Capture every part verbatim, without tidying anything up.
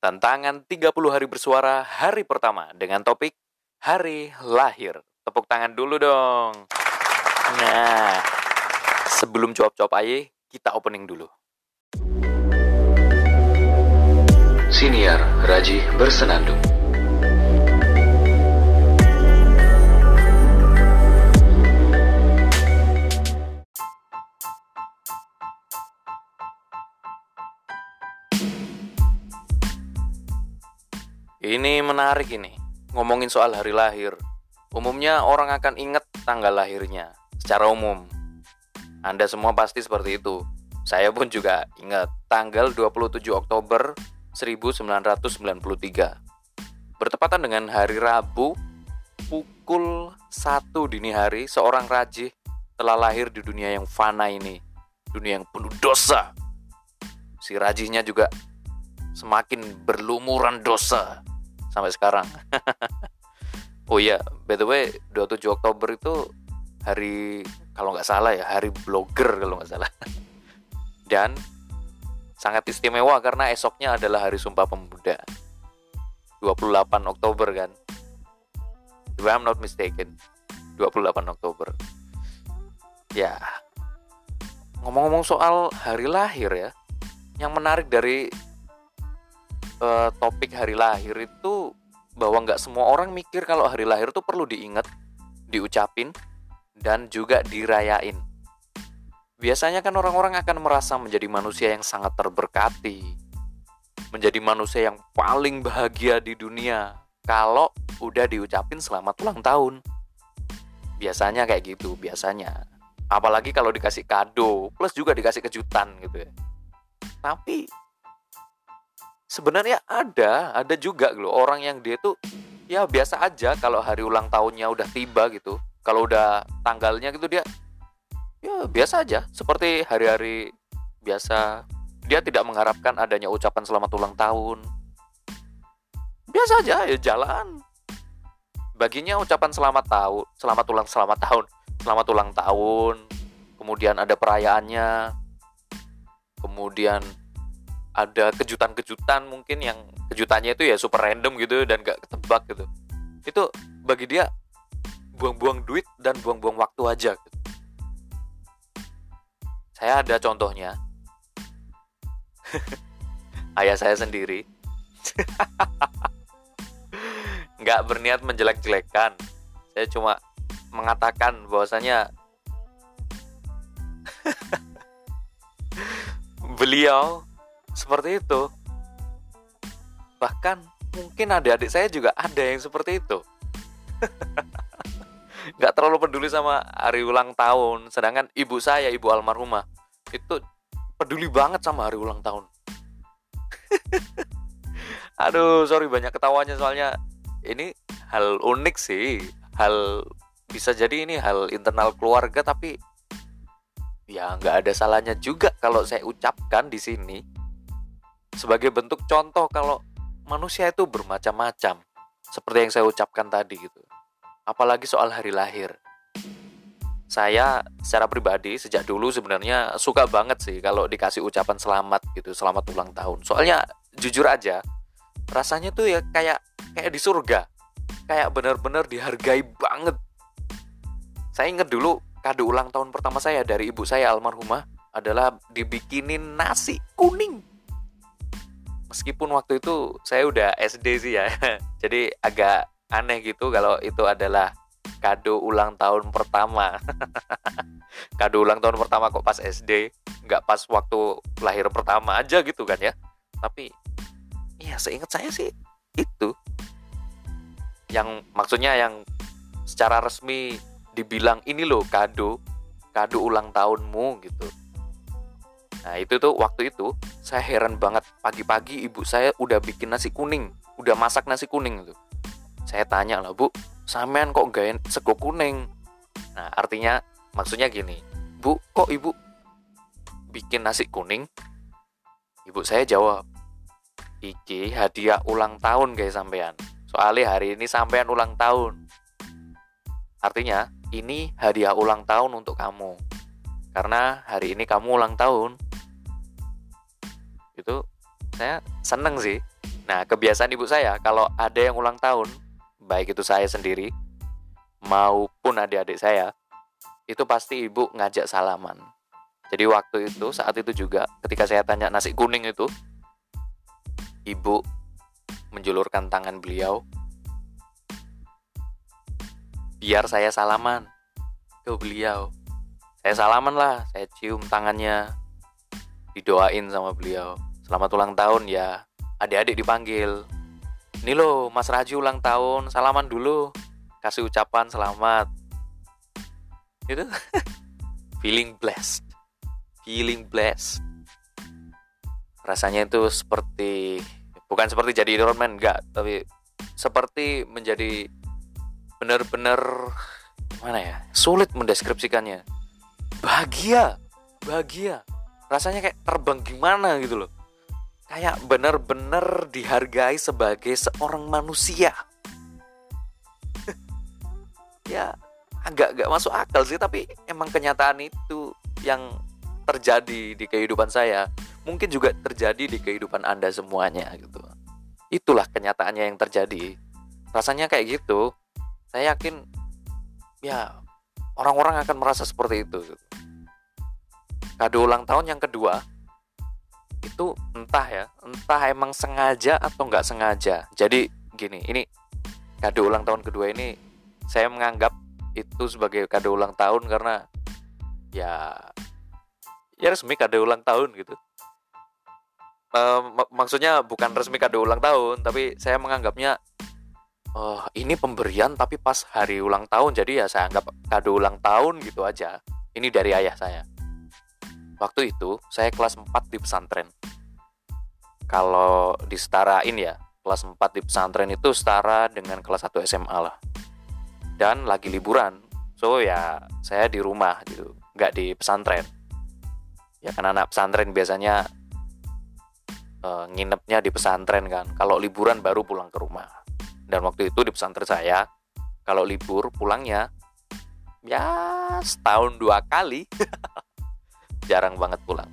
Tantangan tiga puluh hari bersuara hari pertama dengan topik hari lahir. Tepuk tangan dulu dong. Nah, sebelum jawab-jawab aye, kita opening dulu. Siniar Raji Bersenandung. Ini menarik ini, ngomongin soal hari lahir. Umumnya orang akan ingat tanggal lahirnya, secara umum. Anda semua pasti seperti itu. Saya pun juga ingat, tanggal dua puluh tujuh Oktober seribu sembilan ratus sembilan puluh tiga. Bertepatan dengan hari Rabu, pukul satu dini hari, seorang Rajih telah lahir di dunia yang fana ini. Dunia yang penuh dosa. Si Rajihnya juga semakin berlumuran dosa sampai sekarang. Oh iya, by the way, dua puluh tujuh Oktober itu hari, kalau nggak salah ya, hari blogger kalau nggak salah. Dan sangat istimewa karena esoknya adalah hari Sumpah Pemuda, dua puluh delapan Oktober kan, if I'm not mistaken, dua puluh delapan Oktober. Ya, ngomong-ngomong soal hari lahir ya, yang menarik dari Uh, topik hari lahir itu bahwa nggak semua orang mikir kalau hari lahir itu perlu diingat, diucapin, dan juga dirayain. Biasanya kan orang-orang akan merasa menjadi manusia yang sangat terberkati, menjadi manusia yang paling bahagia di dunia kalau udah diucapin selamat ulang tahun. Biasanya kayak gitu, biasanya. Apalagi kalau dikasih kado, plus juga dikasih kejutan gitu ya. Tapi sebenarnya ada, ada juga loh orang yang dia tuh ya biasa aja kalau hari ulang tahunnya udah tiba gitu. Kalau udah tanggalnya gitu dia ya biasa aja, seperti hari-hari biasa. Dia tidak mengharapkan adanya ucapan selamat ulang tahun. Biasa aja ya jalan. Baginya ucapan selamat tahun, selamat ulang selamat tahun, selamat ulang tahun. Kemudian ada perayaannya. Kemudian ada kejutan-kejutan mungkin yang kejutannya itu ya super random gitu dan gak ketebak gitu. Itu bagi dia buang-buang duit dan buang-buang waktu aja gitu. Saya ada contohnya. Ayah saya sendiri. Gak berniat menjelek-jelekan. Saya cuma mengatakan bahwasanya beliau seperti itu. Bahkan mungkin adik-adik saya juga ada yang seperti itu. Gak terlalu peduli sama hari ulang tahun. Sedangkan ibu saya, ibu almarhumah, itu peduli banget sama hari ulang tahun. Aduh, sorry banyak ketawanya soalnya ini hal unik sih. Hal bisa jadi ini hal internal keluarga, tapi ya gak ada salahnya juga kalau saya ucapkan di sini. Sebagai bentuk contoh kalau manusia itu bermacam-macam, seperti yang saya ucapkan tadi gitu. Apalagi soal hari lahir. Saya secara pribadi sejak dulu sebenarnya suka banget sih kalau dikasih ucapan selamat gitu, selamat ulang tahun. Soalnya jujur aja, rasanya tuh ya kayak kayak di surga. Kayak benar-benar dihargai banget. Saya ingat dulu kado ulang tahun pertama saya dari ibu saya almarhumah adalah dibikinin nasi kuning. Meskipun waktu itu saya udah S D sih ya. Jadi agak aneh gitu kalau itu adalah kado ulang tahun pertama. Kado ulang tahun pertama kok pas S D, nggak pas waktu lahir pertama aja gitu kan ya. Tapi ya seingat saya sih itu. Yang maksudnya yang secara resmi dibilang ini loh kado, kado ulang tahunmu gitu. Nah itu tuh waktu itu saya heran banget, pagi-pagi ibu saya udah bikin nasi kuning, udah masak nasi kuning tuh. Saya tanya lah, Bu, sampean kok gawe sego kuning? Nah artinya maksudnya gini, Bu, kok ibu bikin nasi kuning? Ibu saya jawab, iki hadiah ulang tahun guys sampean. Soalnya hari ini sampean ulang tahun. Artinya ini hadiah ulang tahun untuk kamu. Karena hari ini kamu ulang tahun. Itu saya seneng sih. Nah, kebiasaan ibu saya kalau ada yang ulang tahun, baik itu saya sendiri maupun adik-adik saya, itu pasti ibu ngajak salaman. Jadi waktu itu, saat itu juga ketika saya tanya nasi kuning itu, ibu menjulurkan tangan beliau biar saya salaman ke beliau. Saya salaman lah, saya cium tangannya, didoain sama beliau. Selamat ulang tahun ya. Adik-adik dipanggil. Ini loh Mas Raji ulang tahun, salaman dulu. Kasih ucapan selamat. Gitu. Feeling blessed. Feeling blessed. Rasanya itu seperti, bukan seperti jadi Iron Man, enggak, tapi seperti menjadi benar-benar gimana ya? Sulit mendeskripsikannya. Bahagia, bahagia. Rasanya kayak terbang gimana gitu loh. Kayak benar-benar dihargai sebagai seorang manusia. Ya, agak-agak masuk akal sih, tapi emang kenyataan itu yang terjadi di kehidupan saya. Mungkin juga terjadi di kehidupan Anda semuanya gitu. Itulah kenyataannya yang terjadi. Rasanya kayak gitu. Saya yakin ya orang-orang akan merasa seperti itu gitu. Kado ulang tahun yang kedua itu entah ya, entah emang sengaja atau nggak sengaja. Jadi gini, ini kado ulang tahun kedua ini saya menganggap itu sebagai kado ulang tahun karena ya ya resmi kado ulang tahun gitu. E, mak- maksudnya bukan resmi kado ulang tahun, tapi saya menganggapnya oh, ini pemberian tapi pas hari ulang tahun, jadi ya saya anggap kado ulang tahun gitu aja. Ini dari ayah saya. Waktu itu saya kelas empat di pesantren. Kalau disetarain ya, kelas empat di pesantren itu setara dengan kelas satu S M A lah. Dan lagi liburan. So ya saya di rumah gitu, nggak di pesantren. Ya kan anak pesantren biasanya e, nginepnya di pesantren kan. Kalau liburan baru pulang ke rumah. Dan waktu itu di pesantren saya, kalau libur pulangnya ya setahun dua kali. Jarang banget pulang.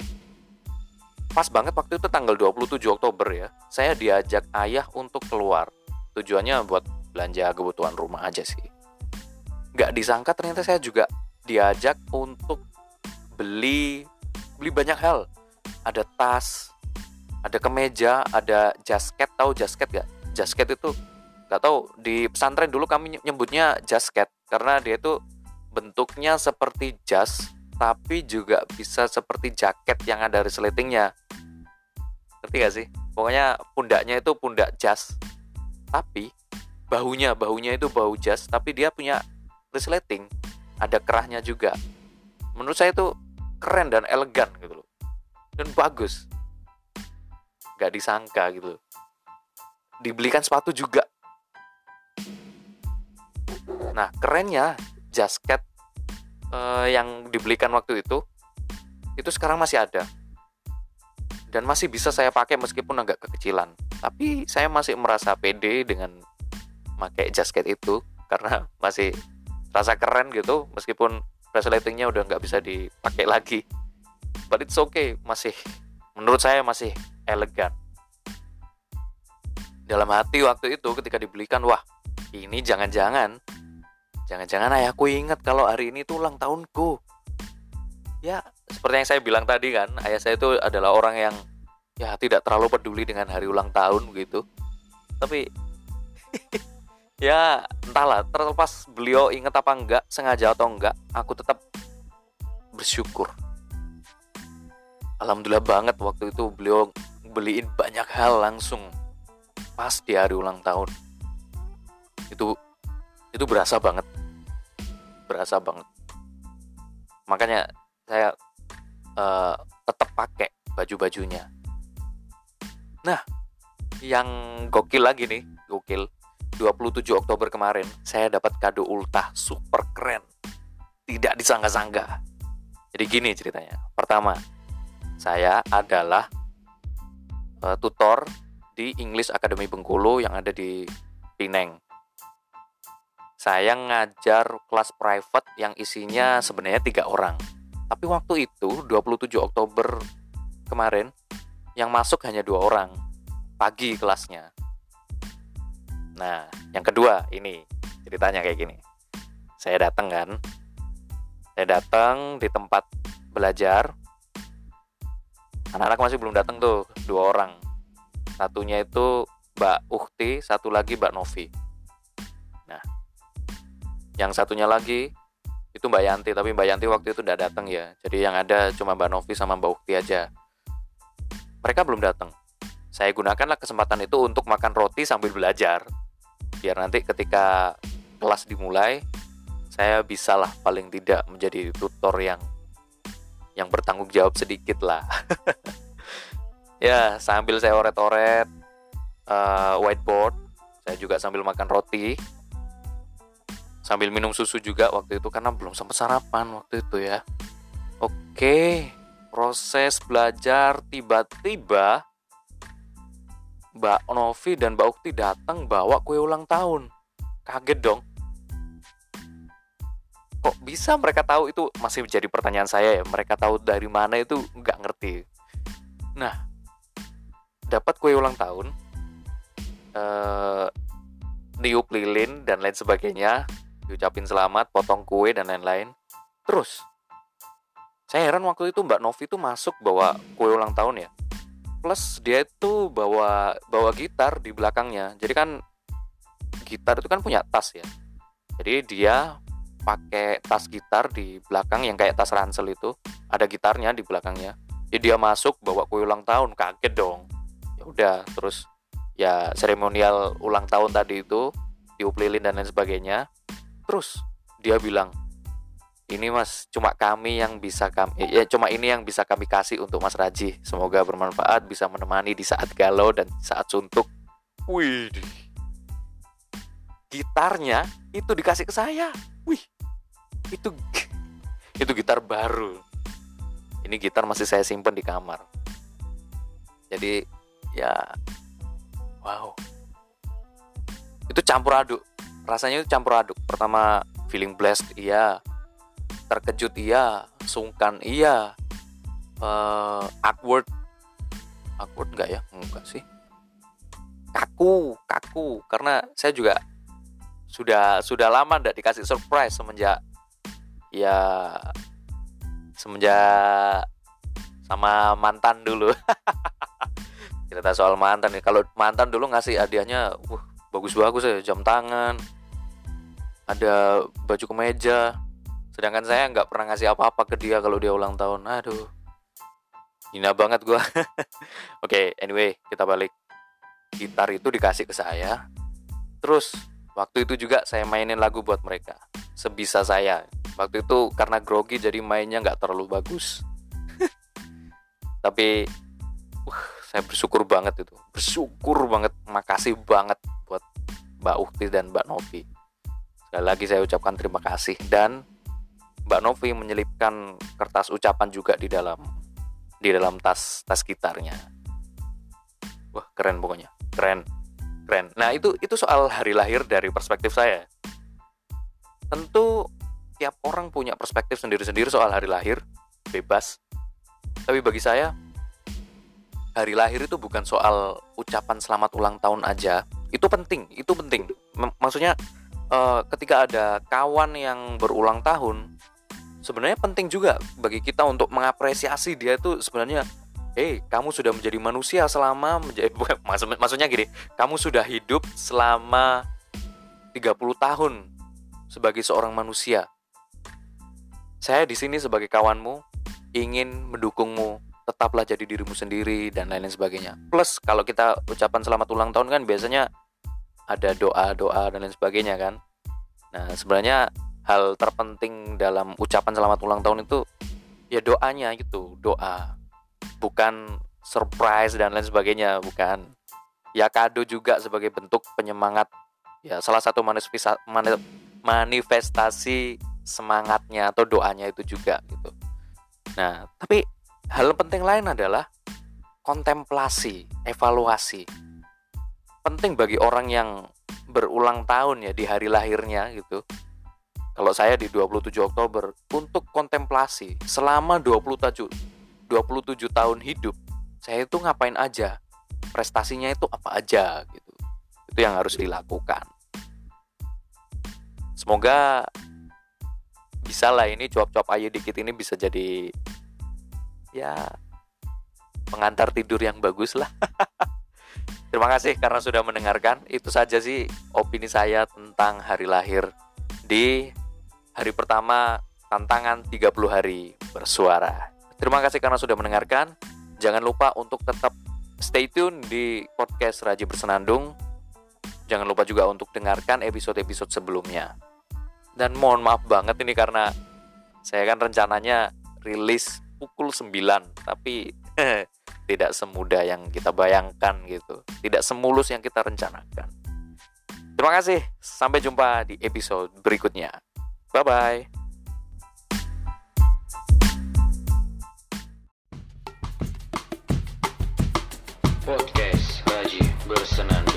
Pas banget waktu itu tanggal dua puluh tujuh Oktober ya, saya diajak ayah untuk keluar. Tujuannya buat belanja kebutuhan rumah aja sih. Gak disangka ternyata saya juga diajak untuk beli beli banyak hal. Ada tas, ada kemeja, ada jasket. Tahu jasket gak? Jasket itu gak tahu, di pesantren dulu kami nyebutnya jasket karena dia itu bentuknya seperti jas, tapi juga bisa seperti jaket yang ada resletingnya. Ngerti gak sih? Pokoknya pundaknya itu pundak jas, tapi bahunya bahunya itu bahu jas, tapi dia punya resleting, ada kerahnya juga. Menurut saya itu keren dan elegan gitu loh, dan bagus. Gak disangka gitu. Dibelikan sepatu juga. Nah kerennya jasket eh, yang dibelikan waktu itu, itu sekarang masih ada dan masih bisa saya pakai meskipun agak kekecilan. Tapi saya masih merasa pede dengan pakai jasket itu karena masih rasa keren gitu, meskipun resletingnya udah nggak bisa dipakai lagi. But it's okay, masih menurut saya masih elegan. Dalam hati waktu itu ketika dibelikan, wah ini jangan-jangan Jangan-jangan ayahku ingat kalau hari ini tuh ulang tahunku. Ya, seperti yang saya bilang tadi kan, ayah saya itu adalah orang yang ya tidak terlalu peduli dengan hari ulang tahun begitu. Tapi ya entahlah, terlepas beliau ingat apa enggak, sengaja atau enggak, aku tetap bersyukur. Alhamdulillah banget waktu itu beliau beliin banyak hal langsung pas di hari ulang tahun. Itu itu berasa banget. Berasa banget. Makanya saya uh, tetap pakai baju-bajunya. Nah, yang gokil lagi nih, gokil. dua puluh tujuh Oktober kemarin saya dapat kado ultah super keren. Tidak disangka-sangka. Jadi gini ceritanya. Pertama, saya adalah uh, tutor di English Academy Bengkulu yang ada di Pineng. Saya ngajar kelas private yang isinya sebenarnya tiga orang. Tapi waktu itu dua puluh tujuh Oktober kemarin yang masuk hanya dua orang. pagi kelasnya. Nah, yang kedua ini ceritanya kayak gini. Saya datang kan, saya datang di tempat belajar. Anak-anak masih belum datang tuh, dua orang. Satunya itu Mbak Ukti, satu lagi Mbak Novi. Nah, yang satunya lagi itu Mbak Yanti, tapi Mbak Yanti waktu itu tidak datang ya. Jadi yang ada cuma Mbak Novi sama Mbak Ukti aja. Mereka belum datang. Saya gunakanlah kesempatan itu untuk makan roti sambil belajar. Biar nanti ketika kelas dimulai, saya bisalah paling tidak menjadi tutor yang yang bertanggung jawab sedikit lah. Ya, sambil saya oret-oret uh, whiteboard, saya juga sambil makan roti, sambil minum susu juga waktu itu karena belum sempat sarapan waktu itu ya. Oke, proses belajar tiba-tiba Mbak Novi dan Mbak Ukti datang bawa kue ulang tahun. Kaget dong. Kok bisa mereka tahu? Itu masih jadi pertanyaan saya ya. Mereka tahu dari mana itu nggak ngerti. Nah, dapat kue ulang tahun, eh, niup lilin dan lain sebagainya, diucapin selamat, potong kue dan lain-lain. Terus saya heran waktu itu Mbak Novi itu masuk bawa kue ulang tahun ya. Plus dia itu bawa bawa gitar di belakangnya. Jadi kan gitar itu kan punya tas ya. Jadi dia pakai tas gitar di belakang yang kayak tas ransel itu, ada gitarnya di belakangnya. Jadi dia masuk bawa kue ulang tahun, kaget dong. Ya udah, terus ya seremonial ulang tahun tadi itu, tiup lilin dan lain sebagainya. Terus dia bilang, "Ini Mas, cuma kami yang bisa kami ya cuma ini yang bisa kami kasih untuk Mas Raji. Semoga bermanfaat, bisa menemani di saat galau dan saat suntuk." Wih. Gitarnya itu dikasih ke saya. Wih. Itu itu gitar baru. Ini gitar masih saya simpen di kamar. Jadi ya wow. Itu campur aduk. Rasanya itu campur aduk. Pertama feeling blessed iya. Terkejut iya, sungkan iya, uh, awkward, awkward enggak ya? Enggak sih. Kaku, kaku, karena saya juga sudah sudah lama enggak dikasih surprise semenjak ya semenjak sama mantan dulu. Cerita soal mantan nih. Kalau mantan dulu ngasih hadiahnya, wah bagus-bagus ya, jam tangan, ada baju kemeja. Sedangkan saya nggak pernah ngasih apa-apa ke dia kalau dia ulang tahun. Aduh, hina banget gue. Oke, okay, anyway, kita balik. Gitar itu dikasih ke saya. Terus, waktu itu juga saya mainin lagu buat mereka. Sebisa saya. Waktu itu karena grogi jadi mainnya nggak terlalu bagus. Tapi, uh, saya bersyukur banget itu. Bersyukur banget, makasih banget buat Mbak Ukti dan Mbak Novi. Sekali lagi saya ucapkan terima kasih. Dan Mbak Novi menyelipkan kertas ucapan juga di dalam di dalam tas tas gitarnya. Wah, keren pokoknya. Keren. Keren. Nah, itu itu soal hari lahir dari perspektif saya. Tentu tiap orang punya perspektif sendiri-sendiri soal hari lahir, bebas. Tapi bagi saya hari lahir itu bukan soal ucapan selamat ulang tahun aja. Itu penting, itu penting. M- maksudnya uh, ketika ada kawan yang berulang tahun, sebenarnya penting juga bagi kita untuk mengapresiasi dia itu sebenarnya, hey, kamu sudah menjadi manusia selama menjadi, maksud, maksudnya gini, kamu sudah hidup selama tiga puluh tahun sebagai seorang manusia. Saya di sini sebagai kawanmu ingin mendukungmu, tetaplah jadi dirimu sendiri dan lain-lain sebagainya. Plus kalau kita ucapan selamat ulang tahun kan biasanya ada doa-doa dan lain sebagainya kan. Nah, sebenarnya hal terpenting dalam ucapan selamat ulang tahun itu ya doanya gitu, doa. Bukan surprise dan lain sebagainya, bukan. Ya kado juga sebagai bentuk penyemangat. Ya salah satu manifestasi semangatnya atau doanya itu juga gitu. Nah, tapi hal penting lain adalah kontemplasi, evaluasi. Penting bagi orang yang berulang tahun ya di hari lahirnya gitu. Kalau saya di dua puluh tujuh Oktober untuk kontemplasi selama dua puluh tujuh tahun hidup, saya itu ngapain aja? prestasinya itu apa aja gitu. Itu yang harus dilakukan. Semoga bisa lah ini cuap-cuap ayu dikit ini bisa jadi ya pengantar tidur yang bagus lah. Terima kasih karena sudah mendengarkan. Itu saja sih opini saya tentang hari lahir di hari pertama tantangan tiga puluh hari bersuara. Terima kasih karena sudah mendengarkan. Jangan lupa untuk tetap stay tune di podcast Raji Bersenandung. Jangan lupa juga untuk dengarkan episode-episode sebelumnya. Dan mohon maaf banget ini karena saya kan rencananya rilis pukul sembilan, tapi tidak semudah yang kita bayangkan gitu. Tidak semulus yang kita rencanakan. Terima kasih, sampai jumpa di episode berikutnya. Bye-bye. Podcast Raji Bersenandung.